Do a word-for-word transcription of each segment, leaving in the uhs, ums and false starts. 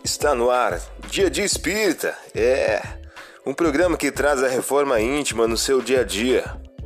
Está no ar, Dia de Espírita, é um programa que traz a reforma íntima no seu dia a dia.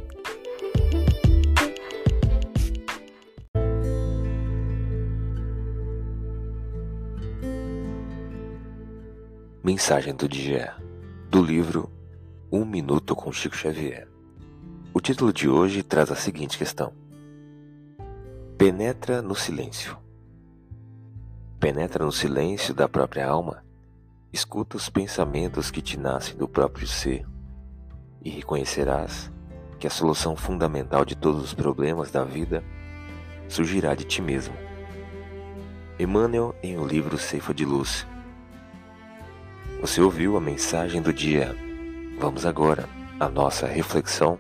Mensagem do dia, do livro Um Minuto com Chico Xavier. O título de hoje traz a seguinte questão: Penetra no silêncio. Penetra no silêncio da própria alma, escuta os pensamentos que te nascem do próprio ser e reconhecerás que a solução fundamental de todos os problemas da vida surgirá de ti mesmo. Emmanuel, em o livro Ceifa de Luz. Você ouviu a mensagem do dia. Vamos agora à nossa reflexão.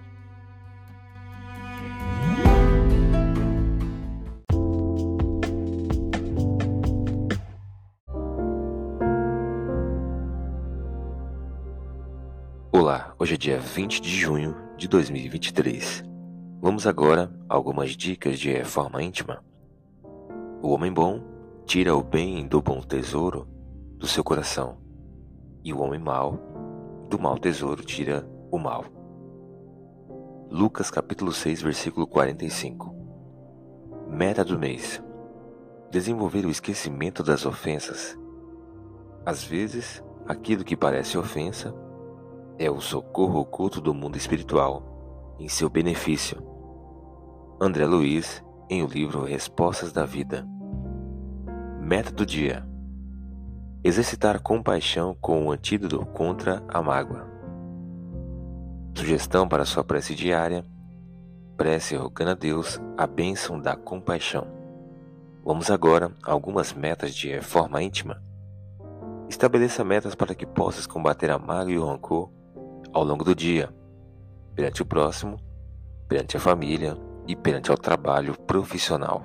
Olá, hoje é dia vinte de junho de dois mil e vinte e três. Vamos agora a algumas dicas de reforma íntima. O homem bom tira o bem do bom tesouro do seu coração, e o homem mau do mau tesouro tira o mal. Lucas capítulo seis, versículo quarenta e cinco. Meta do mês: desenvolver o esquecimento das ofensas. Às vezes, aquilo que parece ofensa é o socorro oculto do mundo espiritual em seu benefício. André Luiz, em o livro Respostas da Vida. Meta do dia: exercitar compaixão com o antídoto contra a mágoa. Sugestão para sua prece diária: prece rogando a Deus a bênção da compaixão. Vamos agora a algumas metas de reforma íntima. Estabeleça metas para que possas combater a mágoa e o rancor ao longo do dia, perante o próximo, perante a família e perante ao trabalho profissional.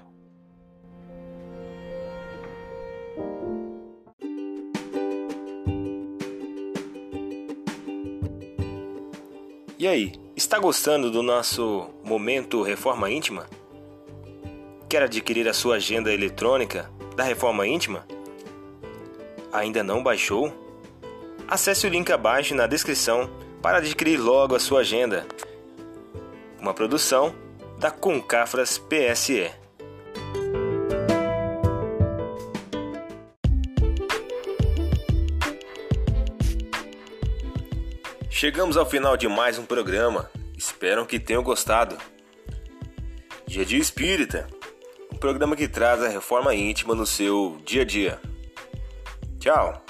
E aí, está gostando do nosso momento Reforma Íntima? Quer adquirir a sua agenda eletrônica da Reforma Íntima? Ainda não baixou? Acesse o link abaixo na descrição para adquirir logo a sua agenda. Uma produção da Concafras P S E. Chegamos ao final de mais um programa. Espero que tenham gostado. Dia de Espírita, um programa que traz a reforma íntima no seu dia a dia. Tchau!